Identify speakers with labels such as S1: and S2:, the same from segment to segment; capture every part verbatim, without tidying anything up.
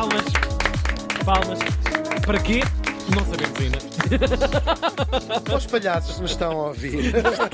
S1: Palmas. Palmas. Para quê? Não sabemos ainda.
S2: Para os palhaços que nos estão a ouvir.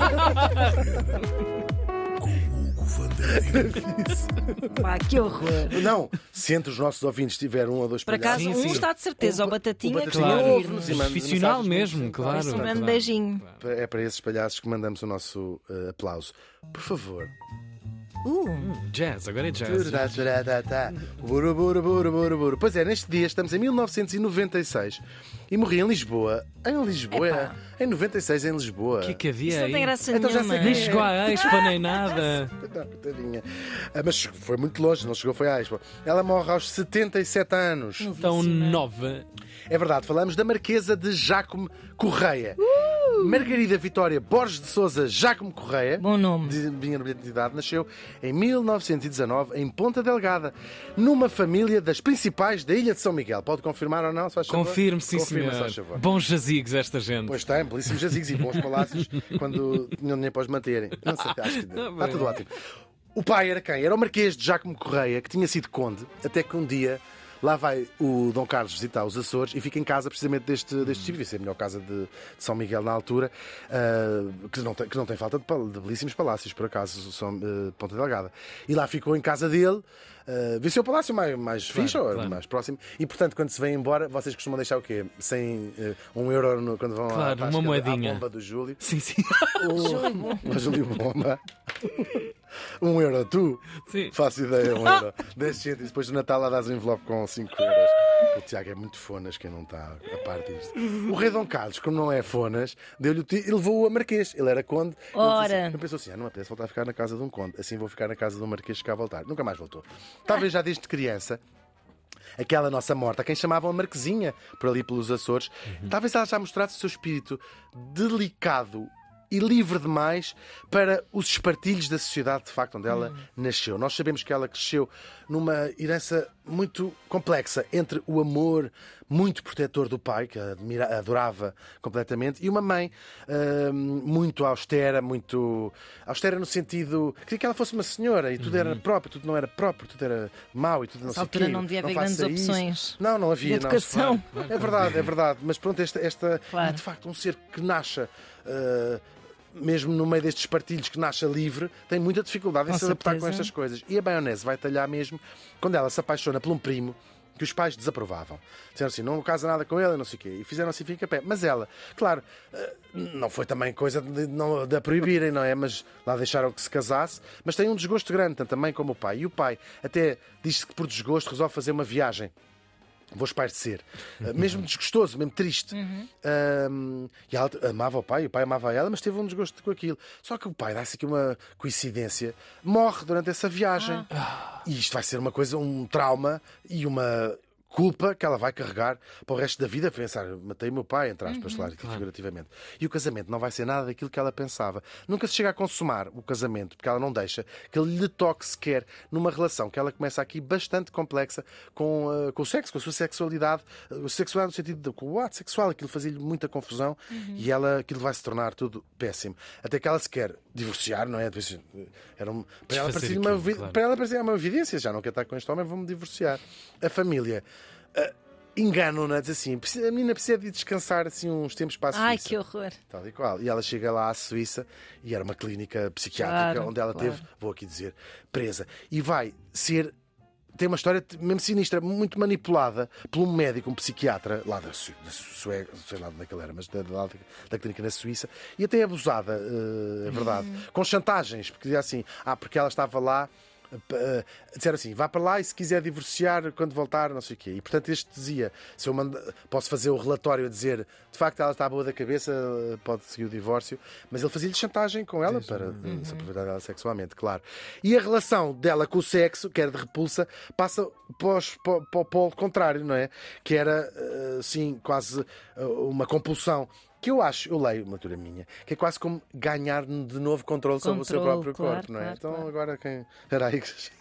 S3: Pá, que horror.
S2: Não, se entre os nossos ouvintes tiver um ou dois
S3: Por acaso,
S2: palhaços.
S3: um
S1: sim.
S3: está de certeza,
S2: O
S3: o
S2: ba-
S3: Batatinha,
S2: o
S3: que
S2: Batatinha
S3: está a
S2: ouve-nos
S3: ouvir-nos.
S2: e manda
S1: Profissional
S2: mensagens
S1: mesmo,
S2: muito-
S1: claro.
S3: Um grande
S1: claro.
S3: beijinho.
S2: É para esses palhaços que mandamos o nosso eh, aplauso. Por favor.
S3: Uh,
S1: Jazz, agora é jazz.
S2: Tururá, turá, tá, tá. Buru, buru, buru, buru, buru. Pois é, neste dia estamos em mil novecentos e noventa e seis e morri em Lisboa. Em Lisboa?
S3: Epá.
S2: Em noventa e seis, em Lisboa.
S1: O que é que havia
S3: isso não
S1: aí?
S3: tem graça
S2: Então já
S3: nenhuma.
S2: sei
S1: Nem
S2: quem é.
S1: chegou à Expo, nem nada.
S2: Não, coitadinha. Ah, mas foi muito longe, não chegou, foi à Expo. Ela morre aos setenta e sete anos.
S1: Tão nova.
S2: É verdade, falamos da Marquesa de Jácome Correia. Margarida Vitória Borges de Sousa Jácome Correia,
S3: Bom nome.
S2: de minha identidade, nasceu em mil novecentos e dezanove em Ponta Delgada, numa família das principais da Ilha de São Miguel. Pode confirmar ou não? Se faz favor?
S1: Confirme, sim,
S2: Confirma, se
S1: senhor.
S2: faz favor.
S1: Bons jazigos, esta gente.
S2: Pois tem, belíssimos jazigos e bons palácios quando tinham dinheiro para os manterem. Não sei, acho que está tudo ótimo. O pai era quem? Era o Marquês de Jácome Correia, que tinha sido conde, até que um dia lá vai o Dom Carlos visitar os Açores e fica em casa precisamente deste, deste tipo. Isso é a melhor casa de, de São Miguel na altura, uh, que, não tem, que não tem falta de, pal- de belíssimos palácios, por acaso, são uh, Ponta Delgada. E lá ficou em casa dele. Uh, vê se é o palácio mais, mais
S1: Claro,
S2: fixe ou
S1: claro.
S2: mais próximo. E portanto, quando se vem embora, vocês costumam deixar o quê? Sem uh, um euro no- quando vão
S1: Claro,
S2: à,
S1: uma
S2: tasca,
S1: moedinha.
S2: à bomba do Júlio.
S1: Sim, sim.
S2: O, o Júlio Bomba. Um euro, tu?
S1: Sim.
S2: Faço ideia, um euro. dez cêntimos, depois do Natal lá dás um envelope com cinco euros. O Tiago é muito fonas, quem não está a parte disto. O rei Dom Carlos, como não é fonas, deu-lhe o ti- e levou-o a Marquês. Ele era conde. Ele disse
S3: Ora.
S2: assim, não pensou assim, ah, não me apetece voltar a ficar na casa de um conde. Assim vou ficar na casa de um Marquês que cá voltar. Nunca mais voltou. Talvez já desde criança. Aquela nossa morta, quem chamavam a Marquesinha, por ali pelos Açores, talvez ela já mostrasse o seu espírito delicado e livre demais para os espartilhos da sociedade, de facto, onde ela nasceu. Nós sabemos que ela cresceu numa herança muito complexa entre o amor muito protetor do pai, que a admira, adorava completamente, e uma mãe hum, muito austera, muito austera no sentido. Queria que ela fosse uma senhora e tudo era próprio, tudo não era próprio, tudo era mau e tudo não
S3: Nessa
S2: sei o
S3: altura
S2: quê.
S3: não devia haver
S2: faça
S3: grandes
S2: isso.
S3: opções
S2: Não, não havia.
S3: de
S2: não.
S3: educação.
S2: É verdade, é verdade. Mas pronto, esta, esta
S3: Claro.
S2: e de facto um ser que nasce, uh, mesmo no meio destes partilhos, que nasce livre, tem muita dificuldade em
S3: Com
S2: se adaptar com
S3: certeza.
S2: estas coisas. E a maionese vai talhar mesmo quando ela se apaixona por um primo que os pais desaprovavam. Disseram assim, não casa nada com ele, não sei o quê. E fizeram assim, fica a pé. Mas ela, claro, uh, não foi também coisa de, não, de a proibirem, não é? Mas lá deixaram que se casasse. Mas tem um desgosto grande, tanto a mãe como o pai. E o pai até diz-se que por desgosto resolve fazer uma viagem. Vou espairecer. Uh, mesmo desgostoso, mesmo triste. Um, e ela amava o pai, o pai amava ela, mas teve um desgosto com aquilo. Só que o pai, dá-se aqui uma coincidência, morre durante essa viagem. E isto vai ser uma coisa, um trauma e uma culpa que ela vai carregar para o resto da vida. Pensar, matei o meu pai, entre aspas, claro, figurativamente. E o casamento não vai ser nada daquilo que ela pensava. Nunca se chega a consumar o casamento, porque ela não deixa que ele lhe toque sequer numa relação que ela começa aqui bastante complexa com, uh, com o sexo, com a sua sexualidade, uh, sexualidade no sentido de com o ato sexual, aquilo fazia-lhe muita confusão e ela, aquilo vai se tornar tudo péssimo. Até que ela se quer divorciar, não é? Depois, uh, era um, para, ela
S1: Desfazer
S2: parecia uma,
S1: aquilo,
S2: vi-
S1: claro.
S2: para ela parecia uma evidência, já não quero estar com este homem, vou-me divorciar. A família uh, enganam-na, diz assim, "Precisa- a menina precisa de descansar assim uns tempos para a Suíça.
S3: Ai, que horror.
S2: Tal e qual. E ela chega lá à Suíça e era uma clínica psiquiátrica
S3: Claro,
S2: onde ela
S3: claro.
S2: teve, vou aqui dizer, presa. E vai ser. Tem uma história mesmo sinistra, muito manipulada por um médico, um psiquiatra, lá da, Su da Suécia, não sei lá onde é que ele era, mas da, da, da clínica na Suíça, e até abusada, uh, é verdade, com chantagens, porque dizia assim, ah, porque ela estava lá. Uh, disseram assim, vá para lá e se quiser divorciar quando voltar, não sei o quê. E portanto este dizia, se eu manda, posso fazer o relatório a dizer, de facto ela está boa da cabeça, pode seguir o divórcio, mas ele fazia-lhe chantagem com ela para uhum. se aproveitar dela sexualmente, claro. E a relação dela com o sexo, que era de repulsa, passa para, os, para, para o polo contrário, não é? Que era, assim, quase uma compulsão. Que eu acho, eu leio uma leitura minha, que é quase como ganhar de novo controle sobre
S3: Controle,
S2: o seu próprio
S3: claro,
S2: corpo, não é?
S3: claro,
S2: Então
S3: claro.
S2: agora quem. Espera aí, que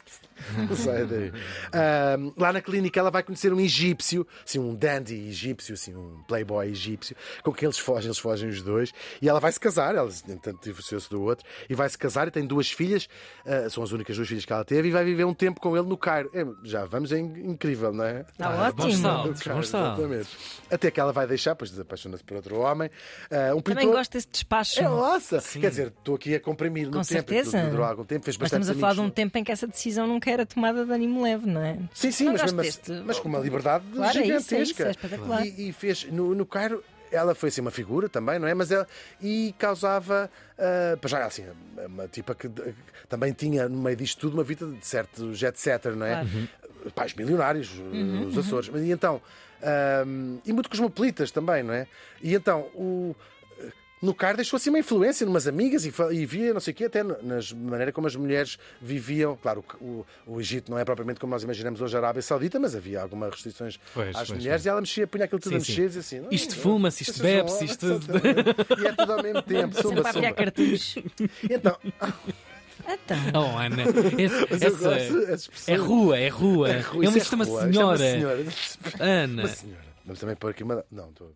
S2: Não sai daí. Ahm, lá na clínica ela vai conhecer um egípcio, assim, um dandy egípcio, assim, um playboy egípcio, com quem eles fogem, eles fogem os dois, e ela vai se casar, ela entanto divorciou-se do outro, e vai se casar e tem duas filhas, ah, são as únicas duas filhas que ela teve, e vai viver um tempo com ele no Cairo. É, já vamos, é incrível, não é?
S3: Está
S1: Ah, bons
S3: ótimo.
S1: saltos,
S2: Cairo,
S1: bons saltos.
S2: exatamente. Até que ela vai deixar, pois desapaixona-se por outro homem. Ah, um
S3: Também
S2: pintor...
S3: gosto desse despacho.
S2: É, nossa! Quer dizer, estou aqui a comprimir no
S3: Com
S2: tempo.
S3: certeza.
S2: Aquilo durou algum tempo, fez
S3: Mas
S2: bastante
S3: estamos a falar de um
S2: amigos.
S3: tempo em que essa decisão nunca era tomada de ânimo leve, não é?
S2: Sim, sim,
S3: Não
S2: mas,
S3: gosto
S2: mesmo
S3: deste.
S2: assim- mas com uma liberdade
S3: Claro, é isso, é isso,
S2: gigantesca.
S3: é espetacular.
S2: E, e fez no, no Cairo. Ela foi assim uma figura também, não é? Mas ela e causava uh, para já assim uma tipa que que também tinha no meio disto tudo uma vida de certo jet setter, não é?
S3: Claro.
S2: Uhum. Pais milionários,
S3: Uhum,
S2: os Açores. E então um, e muito cosmopolitas também, não é? E então o no Cairo deixou assim uma influência numas amigas e, fa- e via não sei o quê, até na maneira como as mulheres viviam. Claro, o, o, o Egito não é propriamente como nós imaginamos hoje a Arábia Saudita, mas havia algumas restrições
S1: Pois,
S2: às
S1: pois,
S2: mulheres
S1: pois.
S2: e ela mexia, punha aquilo tudo
S1: Sim,
S2: a
S1: sim.
S2: mexer e dizia assim: "Não,
S1: Isto
S2: não,
S1: fuma-se, isto
S2: vocês são
S1: bebe-se,
S2: homens",
S1: isto-
S2: exatamente. E é tudo ao mesmo tempo,
S3: Sempre
S2: suma,
S3: a apanhar
S2: suma.
S3: cartuchos.
S2: Então,
S3: Então,
S1: Oh, Ana, esse-
S2: mas eu
S1: essa-
S2: gosto dessas
S1: é
S2: expressões.
S1: rua, é rua.
S2: É rua,
S1: Ele
S2: isso
S1: chama
S2: rua,
S1: senhora.
S2: senhora.
S1: Ana,
S2: Uma senhora. Vamos também pôr aqui uma. Não, estou.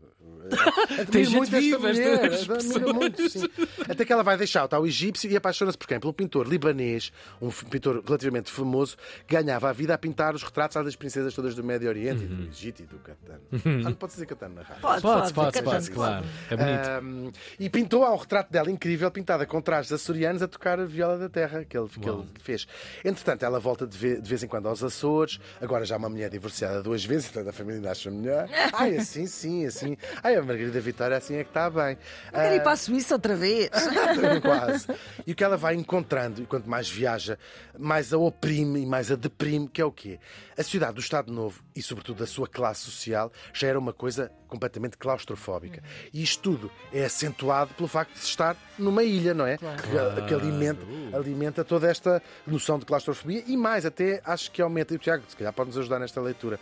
S1: Tem gente
S2: muito esta
S1: viva, esta
S2: mulher,
S1: expressão.
S2: admiro muito, sim. Até que ela vai deixar o tal egípcio e apaixona-se por quem? Pelo pintor libanês, um f- pintor relativamente famoso, que ganhava a vida a pintar os retratos lá das princesas todas do Médio Oriente e do Egito e do Catan. Ah, não pode dizer Catan na rádio.
S3: pode,
S1: pode, pode,
S3: fica
S1: pode,
S3: tanto.
S1: claro. É bonito.
S2: Um, e pintou há um retrato dela incrível, pintada com trajes açorianos a tocar a viola da terra que ele, que ele fez. Entretanto, ela volta de vez, de vez em quando aos Açores, agora já uma mulher divorciada duas vezes, então a família ainda acha melhor. Ai, assim, sim, assim. Ai, a Margarida Vitória assim é que está bem.
S3: Eu quero ir
S2: Ah,
S3: para a Suíça outra vez.
S2: Quase. E o que ela vai encontrando, e quanto mais viaja, mais a oprime e mais a deprime, que é o quê? A sociedade do Estado Novo, e sobretudo a sua classe social, já era uma coisa completamente claustrofóbica. E isto tudo é acentuado pelo facto de se estar numa ilha, não é? Que, que alimenta, alimenta toda esta noção de claustrofobia e mais, até acho que aumenta. E o Tiago, se calhar, pode nos ajudar nesta leitura.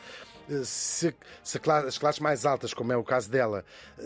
S2: Se, se a cla- as classes mais altas, como é o caso dela,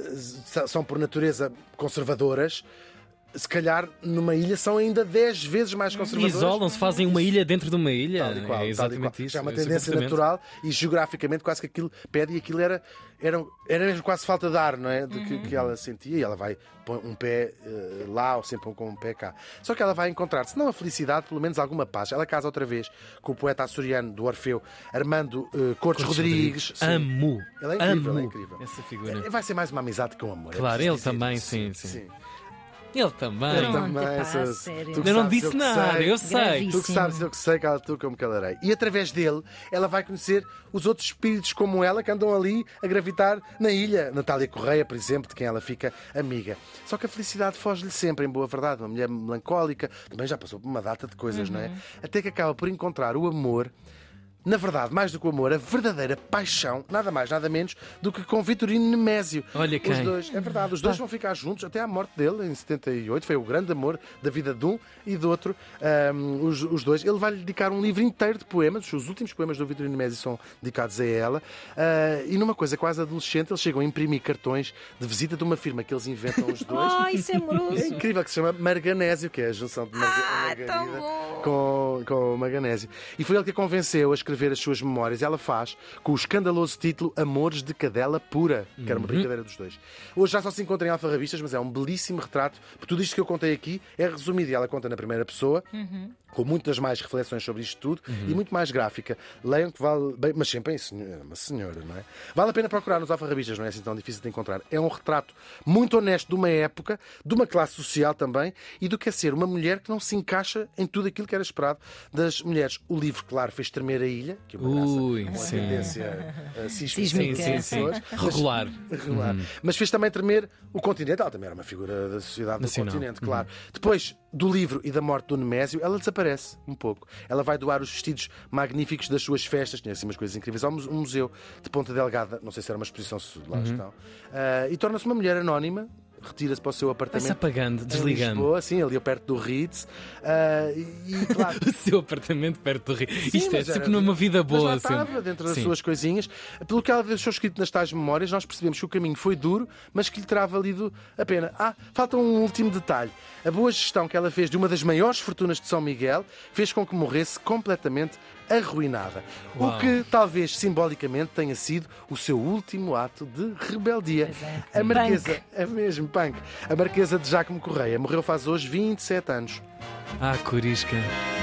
S2: eh, são por natureza conservadoras, se calhar numa ilha são ainda dez vezes mais conservadoras.
S1: Isolam-se, fazem uma ilha dentro de uma ilha.
S2: Tal e qual,
S1: é
S2: tal e
S1: exatamente
S2: qual.
S1: isso.
S2: Já é uma
S1: esse
S2: tendência
S1: comportamento.
S2: natural e geograficamente quase que aquilo pede e aquilo era, era, era mesmo quase falta de ar, não é? De que, que ela sentia e ela vai pôr um pé eh, lá ou sempre com um pé cá. Só que ela vai encontrar, se não a felicidade, pelo menos alguma paz. Ela casa outra vez com o poeta açoriano do Orfeu, Armando eh, Cortes,
S1: Cortes
S2: Rodrigues. Sim.
S1: Amo.
S2: Ele é incrível,
S1: amo
S2: é incrível.
S1: essa figura.
S2: Eh, Vai ser mais uma amizade que um amor. é
S1: Claro,
S2: preciso
S1: ele
S2: dizer
S1: também,
S2: isso.
S1: sim, sim.
S2: sim.
S1: Ele também.
S2: Eu
S3: Pronto,
S2: também,
S3: epá,
S2: sou-
S3: sério.
S2: tu que
S1: Eu não
S2: sabes,
S1: disse
S2: que
S1: nada,
S2: sei.
S1: eu sei.
S3: Gravíssimo.
S2: Tu que sabes, eu que sei, cala tu como calarei. E através dele, ela vai conhecer os outros espíritos como ela que andam ali a gravitar na ilha. Natália Correia, por exemplo, de quem ela fica amiga. Só que a felicidade foge-lhe sempre, em boa verdade. Uma mulher melancólica, também já passou por uma data de coisas, não é? Até que acaba por encontrar o amor. Na verdade, mais do que o amor, a verdadeira paixão, nada mais, nada menos do que com Vitorino Nemésio.
S1: Olha
S2: Os
S1: quem.
S2: dois, é verdade, os dois vão ficar juntos até à morte dele, em setenta e oito. Foi o grande amor da vida de um e do outro. Ahm, os, os dois. Ele vai lhe dedicar um livro inteiro de poemas. Os últimos poemas do Vitorino Nemésio são dedicados a ela. Ah, e numa coisa quase adolescente, eles chegam a imprimir cartões de visita de uma firma que eles inventam os dois.
S3: Oh, isso é
S2: É
S3: amoroso.
S2: incrível, que se chama Marganésio, que é a junção de Marga
S3: Ah,
S2: Margarida
S3: tão bom.
S2: com, com o Marganésio. E foi ele que a convenceu a escrever as suas memórias. Ela faz com o escandaloso título Amores de Cadela Pura, que era uma brincadeira dos dois. Hoje já só se encontra em alfarrabistas, mas é um belíssimo retrato. Por tudo isto que eu contei aqui é resumido e ela conta na primeira pessoa. Com muitas mais reflexões sobre isto tudo e muito mais gráfica. Leiam que vale bem, mas sempre é senhora, uma senhora, não é? Vale a pena procurar nos alfarrabistas, não é assim tão difícil de encontrar. É um retrato muito honesto de uma época, de uma classe social também e do que é ser uma mulher que não se encaixa em tudo aquilo que era esperado das mulheres. O livro, claro, fez tremer a ilha, que é uma graça,
S1: Ui,
S2: uma
S1: sim.
S2: tendência uh, sísmica,
S3: Sísmica.
S1: Sim, sim, sim.
S2: Açores.
S1: Regular.
S2: Regular. Mas fez também tremer o continente. Ela também era uma figura da sociedade
S1: Nacional.
S2: do continente, claro. Depois do livro e da morte do Nemésio, ela desaparece um pouco. Ela vai doar os vestidos magníficos das suas festas, tinha assim umas coisas incríveis, ao mu- um museu de Ponta Delgada, não sei se era uma exposição, se lá estão, Ah, e torna-se uma mulher anónima, retira-se para o seu
S1: Vai-se
S2: apartamento.
S1: apagando,
S2: Em
S1: desligando.
S2: Lisboa, sim, ali perto do Ritz. Ah, e, e, claro,
S1: O seu apartamento perto do rio.
S2: Sim,
S1: Isto é
S2: mas era-
S1: sempre numa vida
S2: mas
S1: boa.
S2: lá
S1: assim.
S2: estava, dentro das
S1: Sim.
S2: suas coisinhas. Pelo que ela deixou escrito nas tais memórias, nós percebemos que o caminho foi duro, mas que lhe terá valido a pena. Ah, falta um último detalhe. A boa gestão que ela fez de uma das maiores fortunas de São Miguel fez com que morresse completamente arruinada.
S1: Uau.
S2: O que talvez simbolicamente tenha sido o seu último ato de rebeldia.
S3: Pois é.
S2: A Marquesa, é mesmo punk. A Marquesa de Jácome Correia morreu faz hoje vinte e sete anos.
S1: Ah, Corisca.